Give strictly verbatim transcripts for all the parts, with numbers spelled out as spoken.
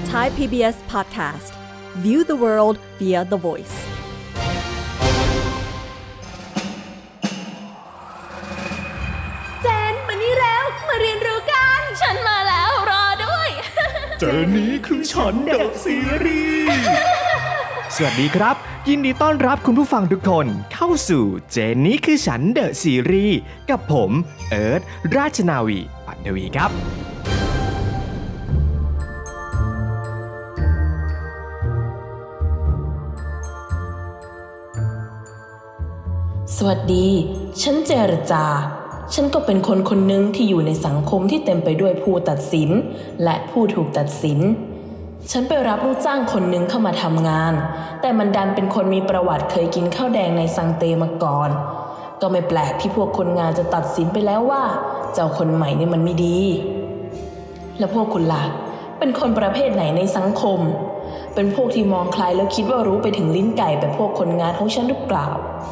Thai พี บี เอส Podcast View the world via the voice เจนมานี่แล้วมาเรียนรู้กันฉันมาแล้วรอด้วยเจนนี้คือฉันเดอะซีรีส์สวัสดีครับยินดีต้อนรับคุณผู้ฟังทุกคนเข้าสู่เจนนี้คือฉันเดอะซีรีส์กับผมเอิร์ธราชนาวีปัทวีครับสวัสดีฉันเจรจาฉันก็เป็นคนคนหนึ่งที่อยู่ในสังคมที่เต็มไปด้วยผู้ตัดสินและผู้ถูกตัดสินฉันไปรับลูกจ้างคนหนึ่งเข้ามาทำงานแต่มันดันเป็นคนมีประวัติเคยกินข้าวแดงในซังเตมาก่อนก็ไม่แปลกที่พวกคนงานจะตัดสินไปแล้วว่าเจ้าคนใหม่เนี่ยมันไม่ดีแล้วพวกคุณล่ะเป็นคนประเภทไหนในสังคมเป็นพวกที่มองใครแล้วคิดว่ารู้ไปถึงลิ้นไก่แบบพวกคนงานของฉันหรือเปล่า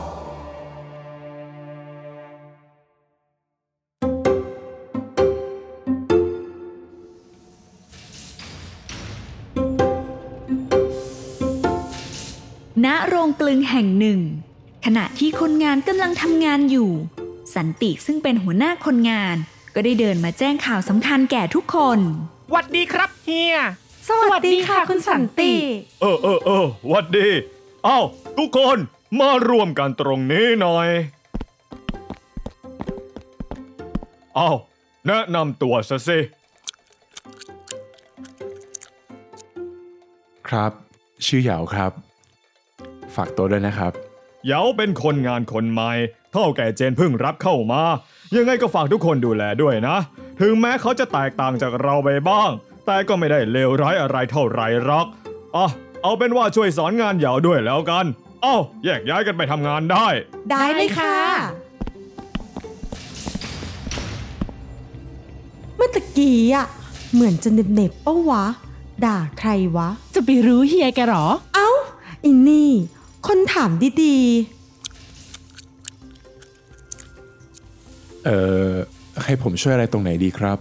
ณโรงกลึงแห่งหนึ่งขณะที่คนงานกำลังทำงานอยู่สันติซึ่งเป็นหัวหน้าคนงานก็ได้เดินมาแจ้งข่าวสำคัญแก่ทุกคนหวัดดีครับเฮียสวัสดีค่ะคุณสันติเออเออเออหวัดดีเอ้าทุกคนมารวมกันตรงนี้หน่อยเอ้าแนะนำตัวซะสิครับชื่อเหยาครับฝากตัวด้วยนะครับเหยาเป็นคนงานคนใหม่เท่าแก่เจนเพิ่งรับเข้ามายังไงก็ฝากทุกคนดูแลด้วยนะถึงแม้เขาจะแตกต่างจากเราไปบ้างแต่ก็ไม่ได้เลวร้ายอะไรเท่าไรหรอกอ่ะเอาเป็นว่าช่วยสอนงานเหยาด้วยแล้วกันเอ้าแยกย้ายกันไปทำงานได้ได้เลยค่ะเมื่อตะกี้อ่ะเหมือนจะเน็บๆปะวะด่าใครวะจะไปรู้เฮียแกหรอเอ้าอินนี่คนถามดีๆเอ่อให้ผมช่วยอะไรตรงไหนดีครับ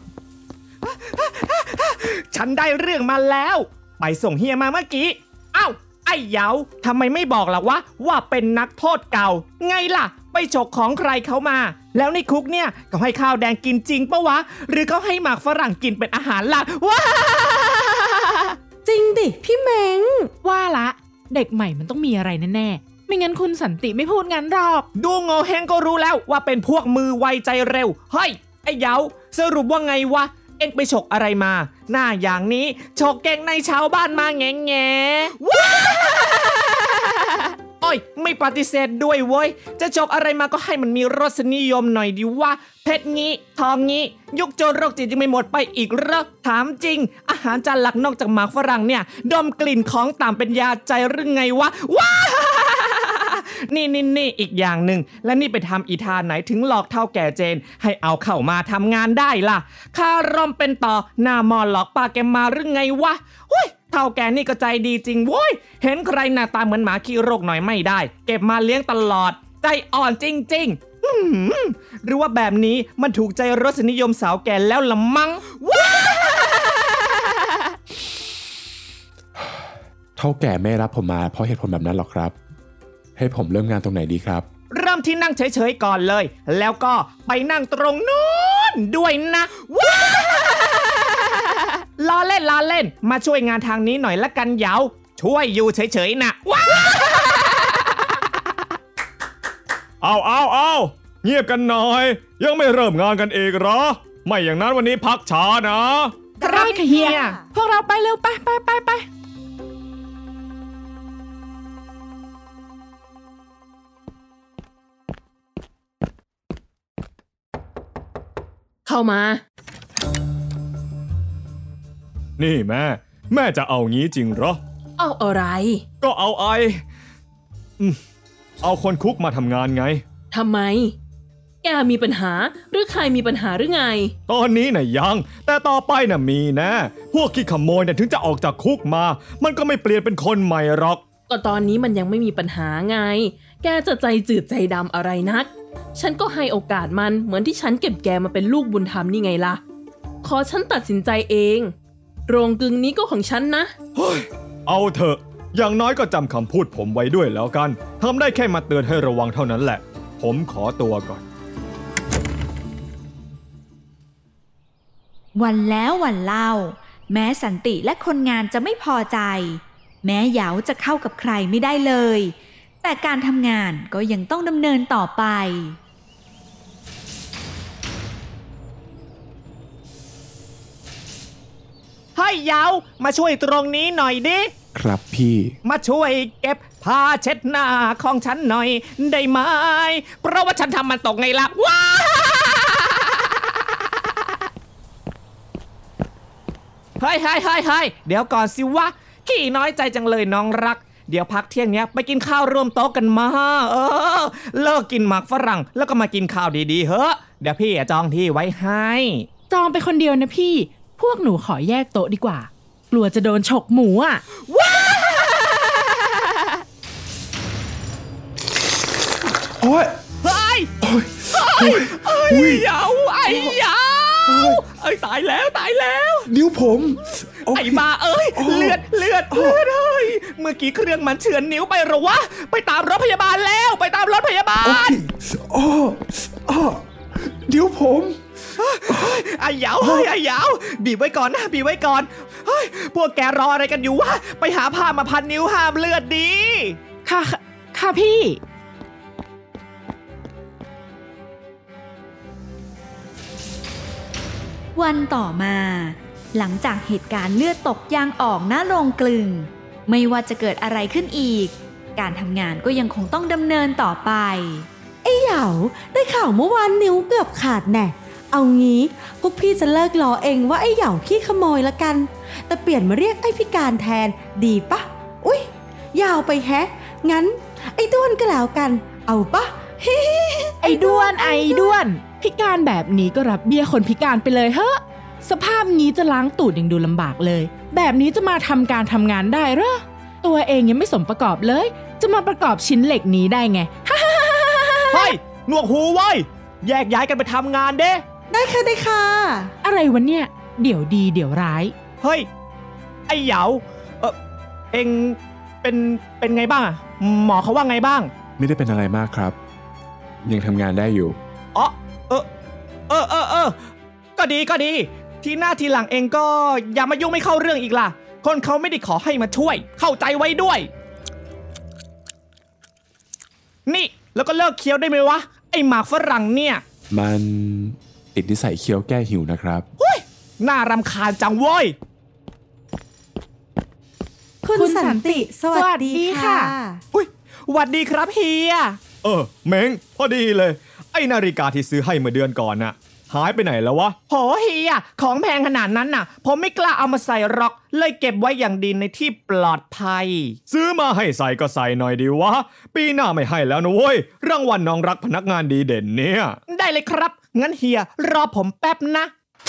ฉันได้เรื่องมาแล้วไปส่งเฮียมาเมื่อกี้เอ้าไอ้เหยาทำไมไม่บอกล่ะวะว่าเป็นนักโทษเก่าไงล่ะไปฉกของใครเขามาแล้วในคุกเนี่ยเขาให้ข้าวแดงกินจริงปะวะหรือเขาให้หมากฝรั่งกินเป็นอาหารล่ะว้าจริงดิพี่เม้งว่าละเด็กใหม่มันต้องมีอะไรแน่ๆไม่งั้นคุณสันติไม่พูดงั้นหรอกดูโง่แฮงก็รู้แล้วว่าเป็นพวกมือไวใจเร็วเฮ้ยไอ้เหยาสรุปว่าไงวะเอ็งไปฉกอะไรมาหน้าอย่างนี้ฉกเก่งในชาวบ้านมาแง่แง่ว้าโอ้ยไม่ปฏิเสธด้วยเว้ยจะฉกอะไรมาก็ให้มันมีรสนิยมหน่อยดิว่าเพชรงี้ทองงี้ยุคโจรโรคจิตยังไม่หมดไปอีกเหรอถามจริงอาหารจานหลักนอกจากหมากฝรั่งเนี่ยดมกลิ่นของต่ำเป็นยาใจหรือไงวะว้านี่นี่นี่อีกอย่างหนึ่งและนี่ไปทำอีทาไหนถึงหลอกเท่าแก่เจนให้เอาเข้ามาทำงานได้ล่ะข้ารอมเป็นต่อหน้ามอหลอกป้าแกมาหรือไงวะเฮ้ยเท่าแก่นี่ก็ใจดีจริงโว้ยเห็นใครหน้าตาเหมือนหมาขี้โรคหน่อยไม่ได้เก็บมาเลี้ยงตลอดใจอ่อนจริงๆหรือว่าแบบนี้มันถูกใจรสนิยมสาวแก่แล้วละมั้งว้าเท่าแก่ไม่รับผมมาเพราะเหตุผลแบบนั้นหรอกครับให้ผมเริ่มงานตรงไหนดีครับเริ่มที่นั่งเฉยๆก่อนเลยแล้วก็ไปนั่งตรงนู้นด้วยนะว้าล้อเล่นล้อเล่นมาช่วยงานทางนี้หน่อยละกันเหยาช่วยอยู่เฉยๆนะว้าเอาเอาเอาเงียบกันหน่อยยังไม่เริ่มงานกันอีกเหรอไม่อย่างนั้นวันนี้พักช้านะครับเฮียพวกเราไปเร็วไปไปไปไปเข้ามานี่แม่แม่จะเอางี้จริงเหรอเอาอะไรก็เอาไออืมเอาคนคุกมาทำงานไงทำไมแกมีปัญหาหรือใครมีปัญหาหรือไงตอนนี้น่ะยังแต่ต่อไปน่ะมีแน่พวกขี้ขโมยเนี่ยถึงจะออกจากคุกมามันก็ไม่เปลี่ยนเป็นคนใหม่หรอกก็ตอนนี้มันยังไม่มีปัญหาไงแกจะใจจืดใจดำอะไรนักฉันก็ให้โอกาสมันเหมือนที่ฉันเก็บแกมาเป็นลูกบุญธรรมนี่ไงล่ะขอฉันตัดสินใจเองโรงกลึงนี้ก็ของฉันนะเฮ้ยเอาเถอะอย่างน้อยก็จำคำพูดผมไว้ด้วยแล้วกันทำได้แค่มาเตือนให้ระวังเท่านั้นแหละผมขอตัวก่อนวันแล้ววันเล่าแม้สันติและคนงานจะไม่พอใจแม้เหยาจะเข้ากับใครไม่ได้เลยแต่การทำงานก็ยังต้องดำเนินต่อไปให้เหยามาช่วยตรงนี้หน่อยดิครับพี่มาช่วยเก็บผ้าเช็ดหน้าของฉันหน่อยได้ไหมเพราะว่าฉันทำมันตกไงล่ะว้าเฮ้ยเฮ้ยเฮ้ยเฮ้ยเดี๋ยวก่อนสิวะขี้น้อยใจจังเลยน้องรักเดี๋ยวพักเที่ยงเนี้ยไปกินข้าวร่วมโต๊ะกันมาเออเลิกกินหมากฝรั่งแล้วก็มากินข้าวดีๆเฮ้อเดี๋ยวพี่จองที่ไว้ให้จองไปคนเดียวนะพี่พวกหนูขอแยกโต๊ะดีกว่ากลัวจะโดนฉกหมูอ่ะว้าโอ้ยเฮ้ยเฮ้ยเฮ้ยไอ้เหยาไอ้เหยาไอ้ตายแล้วตายแล้วนิ้วผมไอ้บ้าเอ้ยเลือดเลือดเลือดเฮ้ยเมื่อกี้เครื่องมันเฉือนนิ้วไปหรอวะไปตามรถพยาบาลแล้วไปตามรถพยาบาลโอ้โอ้นิ้วผมไอ้เหยาเฮ้ยไอ้เหยาบีบไว้ก่อนนะบีบไว้ก่อนเฮ้ยพวกแกรออะไรกันอยู่วะไปหาผ้ามาพันนิ้วห้ามเลือดดีค่ะค่ะพี่วันต่อมาหลังจากเหตุการณ์เลือดตกยางออกหน้าโรงกลึงไม่ว่าจะเกิดอะไรขึ้นอีกการทำงานก็ยังคงต้องดำเนินต่อไปไอ้เหยาได้ข่าวเมื่อวานนิ้วเกือบขาดแน่เอางี้พวกพี่จะเลิกล้อเองว่าไอ้เหยาขี้ขโมยละกันแต่เปลี่ยนมาเรียกไอ้พิการแทนดีปะอุ๊ยยาวไปแฮะงั้นไอ้ด้วนก็แล้วกันเอาปะไอ้ด้วนไอ้ด้วนพิการแบบนี้ก็รับเบี้ยคนพิการไปเลยเฮ้อสภาพงี้จะล้างตูดยังดูลำบากเลยแบบนี้จะมาทำการทำงานได้เหรอตัวเองยังไม่สมประกอบเลยจะมาประกอบชิ้นเหล็กนี้ได้ไงเฮ้ยหนวกหูไว้แยกย้ายกันไปทำงานเด้ได้ค่ะได้ค่ะอะไรวะเนี่ยเดี๋ยวดีเดี๋ยวร้ายเฮ้ยไอ้เหยาเออเองเป็นเป็นไงบ้างอะหมอเขาว่าไงบ้างไม่ได้เป็นอะไรมากครับยังทำงานได้อยู่อ๋อเออเออเออเออก็ดีก็ดีทีหน้าทีหลังเองก็อย่ามายุ่งไม่เข้าเรื่องอีกล่ะคนเขาไม่ได้ขอให้มาช่วยเข้าใจไว้ด้วยนี่แล้วก็เลิกเคี้ยวได้ไหมวะไอ้หมากฝรั่งเนี่ยมันติดนิสัยเคี้ยวแก้หิวนะครับเฮ้ยน่ารำคาญจังเว้ยคุณสันติสวัสดีค่ะเฮ้ยสวัสดีครับเฮียเออเม้งพอดีเลยไอ้นาฬิกาที่ซื้อให้เมื่อเดือนก่อนน่ะหายไปไหนแล้ววะโหเฮียของแพงขนาดนั้นน่ะผมไม่กล้าเอามาใส่หรอกเลยเก็บไว้อย่างดีในที่ปลอดภัยซื้อมาให้ใส่ก็ใส่หน่อยดีวะปีหน้าไม่ให้แล้วนะเว้ยรางวัลน้องรักพนักงานดีเด่นเนี่ยได้เลยครับงั้นเฮียรอผมแป๊บนะ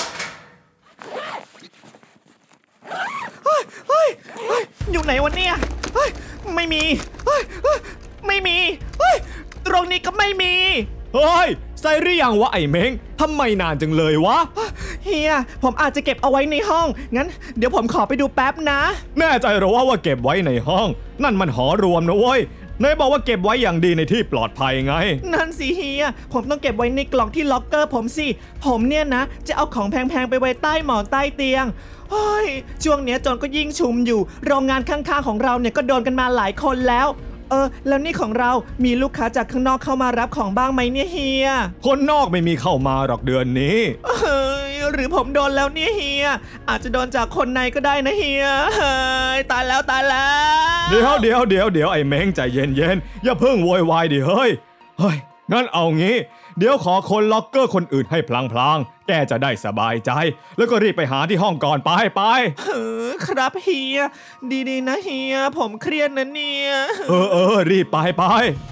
เฮ้ยเฮ้ยเฮ้ยอยู่ไหนวะเนี่ยเฮ้ยไม่มีเฮ้ยไม่มีเฮ้ยตรงนี้ก็ไม่มีเฮ้ยใส่หรือยังวะไอ้เม้งทำไมนานจังเลยวะเฮียผมอาจจะเก็บเอาไว้ในห้องงั้นเดี๋ยวผมขอไปดูแป๊บนะแน่ใจหรอว่าว่าเก็บไว้ในห้องนั่นมันหอรวมนะเว้ยนายบอกว่าเก็บไว้อย่างดีในที่ปลอดภัยไงนั่นสิเฮียผมต้องเก็บไว้ในกล่องที่ล็อกเกอร์ผมสิผมเนี่ยนะจะเอาของแพงๆไปไว้ใต้หมอนใต้เตียงเฮ้ยช่วงเนี้ยโจรก็ยิ่งชุมอยู่โรงงานข้างๆของเราเนี่ยก็โดนกันมาหลายคนแล้วเออแล้วนี่ของเรามีลูกค้าจากข้างนอกเข้ามารับของบ้างไหมเนี่ยเฮียคนนอกไม่มีเข้ามาหรอกเดือนนี้เฮ้ยหรือผมโดนแล้วเนี่ยเฮียอาจจะโดนจากคนในก็ได้นะเฮียเฮ้ยตายแล้วตายแล้วเดี๋ยวเดี๋ยวเดี๋ยวเดี๋ยวไอ้เม้งใจเย็นเย็นอย่าเพิ่งโวยวายดิเฮ้ยเฮ้ยงั้นเอางี้เดี๋ยวขอคนล็อกเกอร์คนอื่นให้พลางๆแกจะได้สบายใจแล้วก็รีบไปหาที่ห้องก่อนไปไปเออครับเฮียดีๆนะเฮียผมเครียดนะเนี่ยเออเออรีบไปไป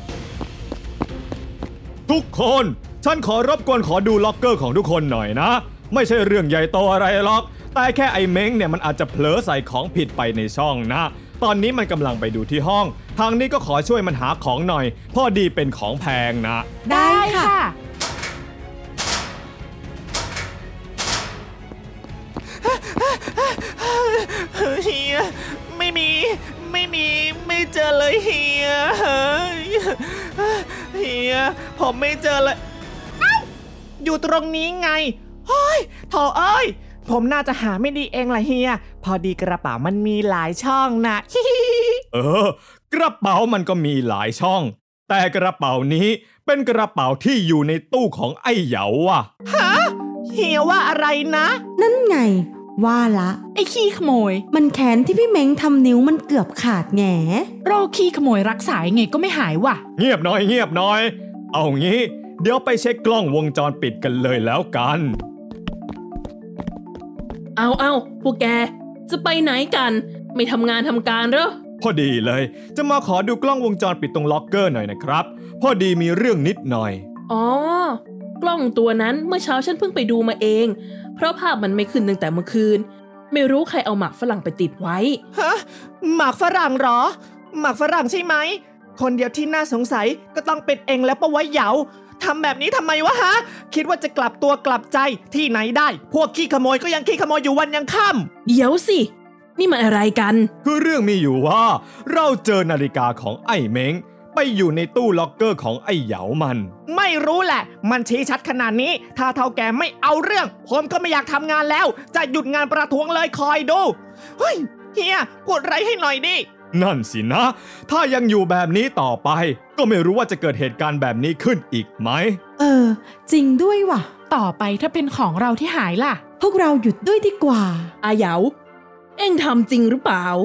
ทุกคนฉันขอรบกวนขอดูล็อกเกอร์ของทุกคนหน่อยนะไม่ใช่เรื่องใหญ่โตอะไรหรอกแต่แค่ไอ้เม้งเนี่ยมันอาจจะเผลอใส่ของผิดไปในช่องนะตอนนี้มันกำลังไปดูที่ห้องทางนี้ก็ขอช่วยมันหาของหน่อยพอดีเป็นของแพงนะได้ค่ะเฮียไม่มีไม่มีไม่เจอเลยเฮียเฮียผมไม่เจอเลยอยู่ตรงนี้ไงเฮ้ยโถเอ้ยผมน่าจะหาไม่ดีเองล่ะเฮียพอดีกระเป๋ามันมีหลายช่องนะเออกระเป๋ามันก็มีหลายช่องแต่กระเป๋านี้เป็นกระเป๋าที่อยู่ในตู้ของไอ้เหยาว่ะฮะเฮียว่าอะไรนะนั่นไงว่าละไอ้ขี้ขโมยมันแค้นที่พี่เม้งทำนิ้วมันเกือบขาดแง่โรคขี้ขโมยรักษาไงก็ไม่หายว่ะเงียบหน่อยเงียบหน่อยเอางี้เดี๋ยวไปเช็คกล้องวงจรปิดกันเลยแล้วกันเอาเอาพวกแกจะไปไหนกันไม่ทำงานทำการเหรอพอดีเลยจะมาขอดูกล้องวงจรปิดตรงล็อกเกอร์หน่อยนะครับพอดีมีเรื่องนิดหน่อยอ๋อกล้องตัวนั้นเมื่อเช้าฉันเพิ่งไปดูมาเองเพราะภาพมันไม่ขึ้นตั้งแต่เมื่อคืนไม่รู้ใครเอาหมากฝรั่งไปติดไว้ฮะหมากฝรั่งหรอหมากฝรั่งใช่ไหมคนเดียวที่น่าสงสัยก็ต้องเป็นเองแล้วปะวะเหยาทำแบบนี้ทำไมวะฮะคิดว่าจะกลับตัวกลับใจที่ไหนได้พวกขี้ขโมยก็ยังขี้ขโมยอยู่วันยังค่ำเดี๋ยวสินี่มันอะไรกันคือเรื่องมีอยู่ว่าเราเจอนาฬิกาของไอ้เม้งไปอยู่ในตู้ล็อกเกอร์ของไอ้เหยามันไม่รู้แหละมันชี้ชัดขนาดนี้ถ้าเท่าแกไม่เอาเรื่องผมก็ไม่อยากทำงานแล้วจะหยุดงานประท้วงเลยคอยดูเฮ้ยเฮียพูดไรให้หน่อยดินั่นสินะถ้ายังอยู่แบบนี้ต่อไปก็ไม่รู้ว่าจะเกิดเหตุการณ์แบบนี้ขึ้นอีกไหมเออจริงด้วยว่ะต่อไปถ้าเป็นของเราที่หายล่ะพวกเราหยุดด้วยดีกว่าอาเหยาเอ็งทำจริงหรือเปล่า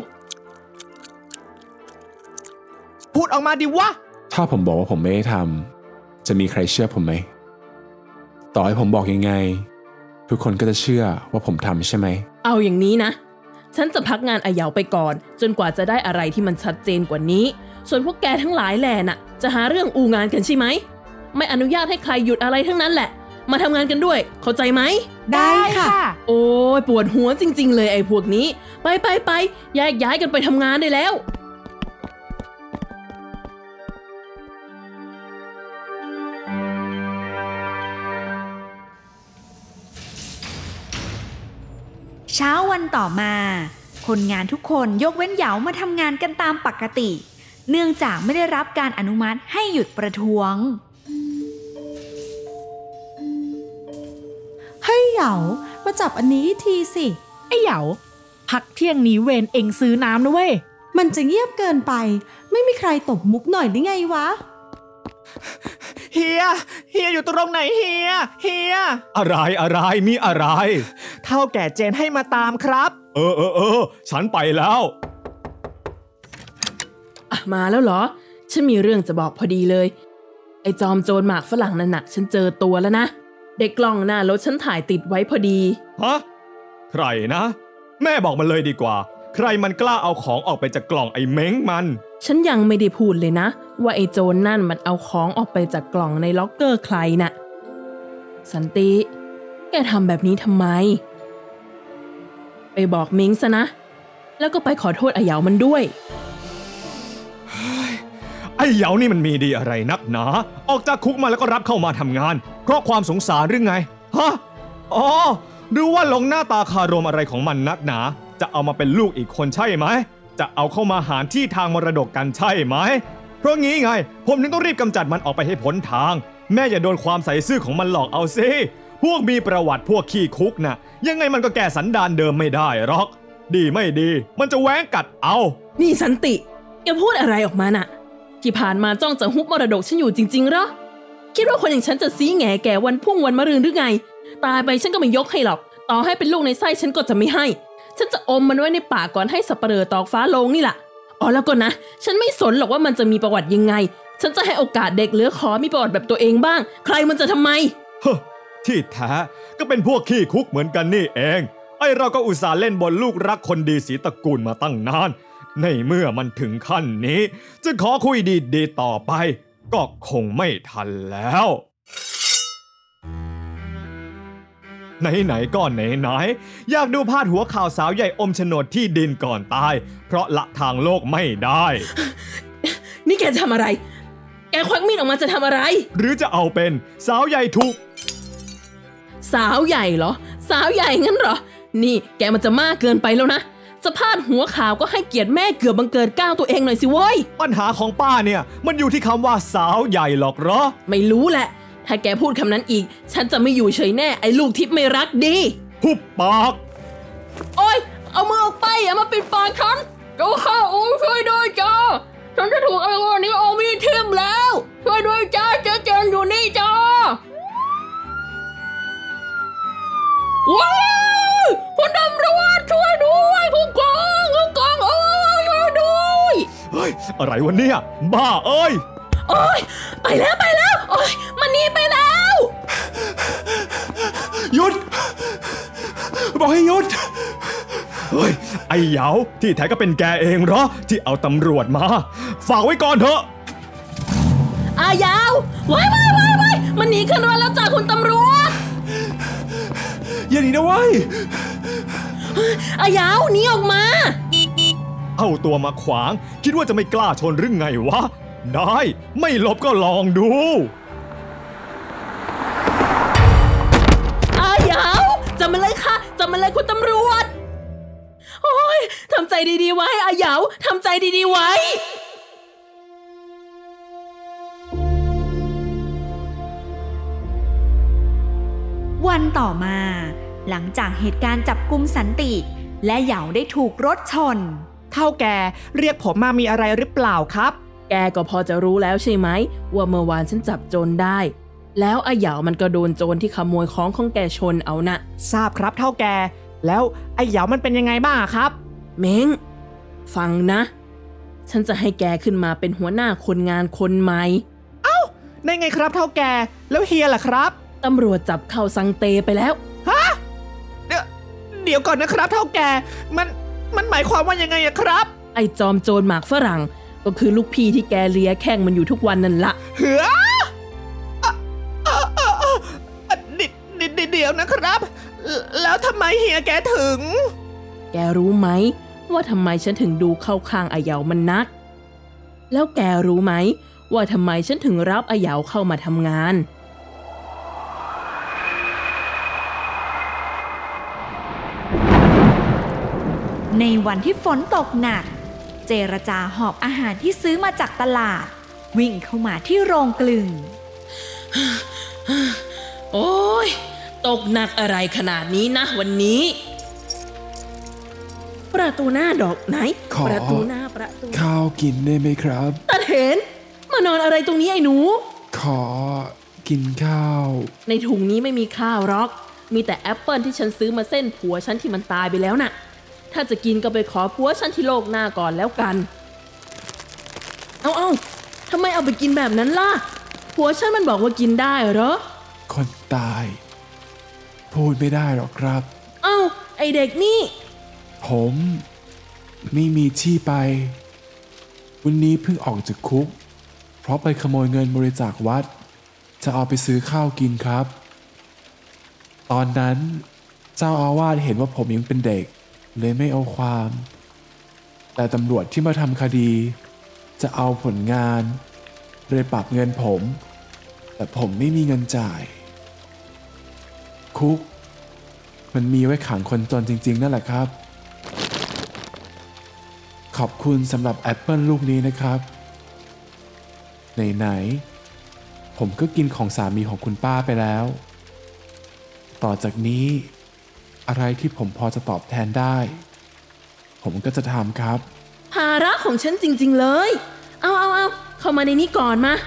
พูดออกมาดิวะถ้าผมบอกว่าผมไม่ได้ทำจะมีใครเชื่อผมไหมต่อให้ผมบอกยังไงทุกคนก็จะเชื่อว่าผมทำใช่ไหมเอาอย่างนี้นะฉันจะพักงานอาเหยาไปก่อนจนกว่าจะได้อะไรที่มันชัดเจนกว่านี้ส่วนพวกแกทั้งหลายแหล่น่ะจะหาเรื่องอูงานกันใช่ไหมไม่อนุญาตให้ใครหยุดอะไรทั้งนั้นแหละมาทำงานกันด้วยเข้าใจไหมได้ค่ะโอ้ยปวดหัวจริงๆเลยไอ้พวกนี้ไปไปไปแยกย้ายกันไปทำงานได้แล้วเช้าวันต่อมาคนงานทุกคนยกเว้นเหยามาทำงานกันตามปกติเนื่องจากไม่ได้รับการอนุมัติให้หยุดประท้วงเฮ้ยเหยามาจับอันนี้ทีสิไอ้เหยาพักเที่ยงนี้เวรเองซื้อน้ำนะเว้ยมันจะเงียบเกินไปไม่มีใครตบมุกหน่อยได้ไงวะเฮียเฮียอยู่ตรงไหนเฮียเฮียอะไรอะไรมีอะไรเท่าแก่เจนให้มาตามครับเออเออเออฉันไปแล้วอะมาแล้วเหรอฉันมีเรื่องจะบอกพอดีเลยไอ้จอมโจรหมากฝรั่งนั่นน่ะฉันเจอตัวแล้วนะเด็กกล้องหน้ารถฉันถ่ายติดไว้พอดีฮะใครนะแม่บอกมาเลยดีกว่าใครมันกล้าเอาของออกไปจากกล่องไอ้เม้งมันฉันยังไม่ได้พูดเลยนะว่าไอ้โจรนั่นมันเอาของออกไปจากกล่องในล็อกเกอร์ใครน่ะสันติแกทำแบบนี้ทำไมไปบอกเม้งซะนะแล้วก็ไปขอโทษไอ้เหยามันด้วยไอ้เหยานี่มันมีดีอะไรนักหนาออกจากคุกมาแล้วก็รับเข้ามาทำงานเพราะความสงสารหรือไงฮะอ๋อหรือว่าลงหน้าตาคารมอะไรของมันนักหนาจะเอามาเป็นลูกอีกคนใช่ไหมจะเอาเข้ามาหารที่ทางมรดกกันใช่ไหมเพราะงี้ไงผมถึงต้องรีบกำจัดมันออกไปให้พ้นทางแม่อย่าโดนความใส่ซื่อของมันหลอกเอาซิพวกมีประวัติพวกขี้คุกน่ะยังไงมันก็แก้สันดานเดิมไม่ได้หรอกดีไม่ดีมันจะแหวงกัดเอานี่สันติแกพูดอะไรออกมาน่ะที่ผ่านมาจ้องจะฮุบมรดกฉันอยู่จริงๆเหรอคิดว่าคนอย่างฉันจะซีแง่แก่วันพุ่งวันมะรืนหรือไงตายไปฉันก็ไม่ยกให้หรอกต่อให้เป็นลูกในไส้ฉันก็จะไม่ให้ฉันจะอมมันไว้ในปากก่อนให้สัปเหร่อตอกฟ้าลงนี่แหละอ๋อแล้วก็นะฉันไม่สนหรอกว่ามันจะมีประวัติยังไงฉันจะให้โอกาสเด็กเหลือขอมีประวัติแบบตัวเองบ้างใครมันจะทำไมเฮ้อที่แท้ก็เป็นพวกขี้คุกเหมือนกันนี่เองไอเราก็อุตส่าห์เล่นบนลูกรักคนดีสีตระกูลมาตั้งนานในเมื่อมันถึงขั้นนี้จะขอคุยดีๆต่อไปก็คงไม่ทันแล้วไหนๆก็ไหนๆอยากดูพาดหัวข่าวสาวใหญ่อมโฉนดที่ดินก่อนตายเพราะละทางโลกไม่ได้นี่แกทำอะไรแกควักมีดออกมาจะทำอะไรหรือจะเอาเป็นสาวใหญ่ถูกสาวใหญ่เหรอสาวใหญ่งั้นเหรอนี่แกมันจะมากเกินไปแล้วนะจะพาดหัวข่าวก็ให้เกียรติแม่เกือบบังเกิดก้าวตัวเองหน่อยสิเว้ยปัญหาของป้าเนี่ยมันอยู่ที่คำว่าสาวใหญ่หรอกเหรอไม่รู้แหละถ้าแกพูดคำนั้นอีกฉันจะไม่อยู่เฉยแน่ไอ้ลูกทิพย์ไม่รักดีหุบปากโอ๊ยเอามือออกไปอย่ามาปิดปากฉันเจ้าข้าโอ้ช่วยด้วยจ้าฉันจะถูกไอ้คนนี้เอามีดทิ่มแล้วช่วยด้วยจ้าเจ๊เจนอยู่นี่จ้าว้าวคุณตำรวจช่วยด้วยผู้กองผู้กองโอ้ยช่วยด้วยเฮ้ยอะไรวะเนี่ยบ้าเอ้ยโอ๊ยไปแล้วไปแล้วโอ๊ยมันหนีไปแล้วหยุดบอกให้หยุดเฮ้ยไอ้เหยาที่แท้ก็เป็นแกเองเหรอที่เอาตำรวจมาฝากไว้ก่อนเถอะอายาวไว้ไว้ไว้ไว้มันหนีขึ้นรถแล้วจ้าคุณตำรวจอย่าหนีนะเว้ยอายาวหนีออกมาเอาตัวมาขวางคิดว่าจะไม่กล้าชนหรือไงวะได้ไม่หลบก็ลองดูอายาวจับมันเลยค่ะจับมันเลยคุณตำรวจโอ้ยทำใจดีๆไว้อายาวทำใจดีๆไว้วันต่อมาหลังจากเหตุการณ์จับกุมสันติและเหยาได้ถูกรถชนเท่าแกเรียกผมมามีอะไรหรือเปล่าครับแกก็พอจะรู้แล้วใช่ไหมว่าเมื่อวานฉันจับโจรได้แล้วไอ้เหยามันก็โดนโจรที่ขโมยของของแกชนเอานะทราบครับเท่าแกแล้วไอ้เหยามันเป็นยังไงบ้างครับเม้งฟังนะฉันจะให้แกขึ้นมาเป็นหัวหน้าคนงานคนใหม่เอ้าได้ไงครับเท่าแกแล้วเฮียล่ะครับตำรวจจับเข้าสังเตไปแล้วฮะเดี๋ยวเดี๋ยวก่อนนะครับเท่าแกมันมันหมายความว่ายังไงอะครับไอ้จอมโจรหมากฝรั่งก็คือลูกพี่ที่แกเลียแข้งมันอยู่ทุกวันนั่นละเฮ้อเดี๋ยวนะครับแล้วทำไมเฮียแกถึงแกรู้ไหมว่าทำไมฉันถึงดูเข้าข้างอาเหยามันนักแล้วแกรู้ไหมว่าทำไมฉันถึงรับอาเหยาเข้ามาทำงานในวันที่ฝนตกหนักเจรจาหอบอาหารที่ซื้อมาจากตลาดวิ่งเข้ามาที่โรงกลึงโอ้ยตกหนักอะไรขนาดนี้นะวันนี้ประตูหน้าดอกไหนประตูหน้าประตูข้าวกินได้ไหมครับตาเห็นมานอนอะไรตรงนี้ไอ้หนูขอกินข้าวในถุงนี้ไม่มีข้าวหรอกมีแต่แอปเปิลที่ฉันซื้อมาเส้นผัวฉันที่มันตายไปแล้วน่ะถ้าจะกินก็ไปขอผัวฉันที่โลกหน้าก่อนแล้วกันเอาเอาทำไมเอาไปกินแบบนั้นล่ะผัวฉันมันบอกว่ากินได้เหรอคนตายพูดไม่ได้หรอกครับเอ้าไอเด็กนี่ผมไม่มีที่ไปวันนี้เพิ่งออกจากคุกเพราะไปขโมยเงินบริจาควัดจะเอาไปซื้อข้าวกินครับตอนนั้นเจ้าอาวาสเห็นว่าผมยังเป็นเด็กเลยไม่เอาความแต่ตำรวจที่มาทำคดีจะเอาผลงานเลยปรับเงินผมแต่ผมไม่มีเงินจ่ายคุกมันมีไว้ขังคนจนจริงๆนั่นแหละครับขอบคุณสำหรับแอปเปิลลูกนี้นะครับไหนๆผมก็กินของสามีของคุณป้าไปแล้วต่อจากนี้อะไรที่ผมพอจะตอบแทนได้ผมก็จะทำครับภาระของฉันจริงๆเลยเอาเอาเอาเข้ามาในนี้ก่อนมา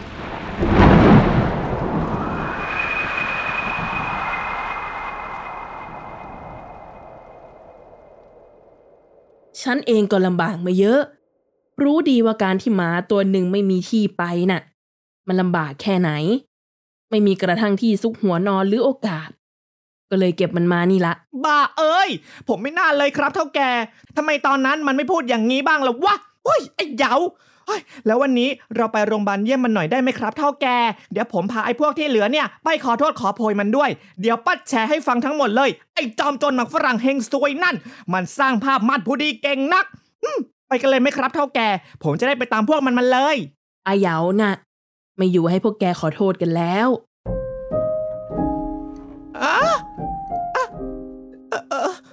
ฉันเองก็ลำบากมาเยอะรู้ดีว่าการที่หมาตัวหนึ่งไม่มีที่ไปน่ะมันลำบากแค่ไหนไม่มีกระทั่งที่ซุกหัวนอนหรือโอกาสก็เลยเก็บมันมานี่ละบ้าเอ้ยผมไม่น่าเลยครับเท่าแกทำไมตอนนั้นมันไม่พูดอย่างนี้บ้างล่ะวะเฮ้ยไอ้เหยาเฮ้ยแล้ววันนี้เราไปโรงพยาบาลเยี่ยมมันหน่อยได้ไหมครับเท่าแกเดี๋ยวผมพาไอ้พวกที่เหลือเนี่ยไปขอโทษขอโพยมันด้วยเดี๋ยวปัดแชร์ให้ฟังทั้งหมดเลยไอ้จอมโจรหมักฝรั่งเฮงซวยนั่นมันสร้างภาพมัดผู้ดีเก่งนักไปกันเลยไหมครับเท่าแกผมจะได้ไปตามพวกมันมันเลยไอ้เหยาน่ะไม่อยู่ให้พวกแกขอโทษกันแล้วอะ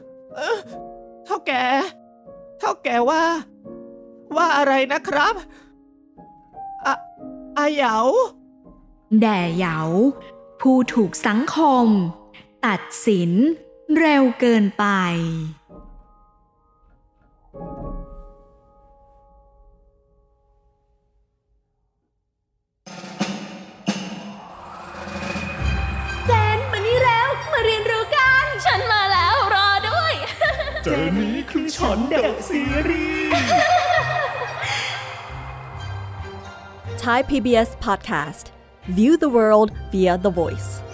แก่เท่าแก่ว่า ว่าอะไรนะครับอะอาเหยาแด่เหยาผู้ถูกสังคมตัดสินเร็วเกินไปเจนมานี่แล้วมาเรียนรู้กันฉันมาแล้วรอด้วยเจนนี้คือฉันเดอะซีรีส์ Thai พี บี เอส Podcast. View the world via the voice.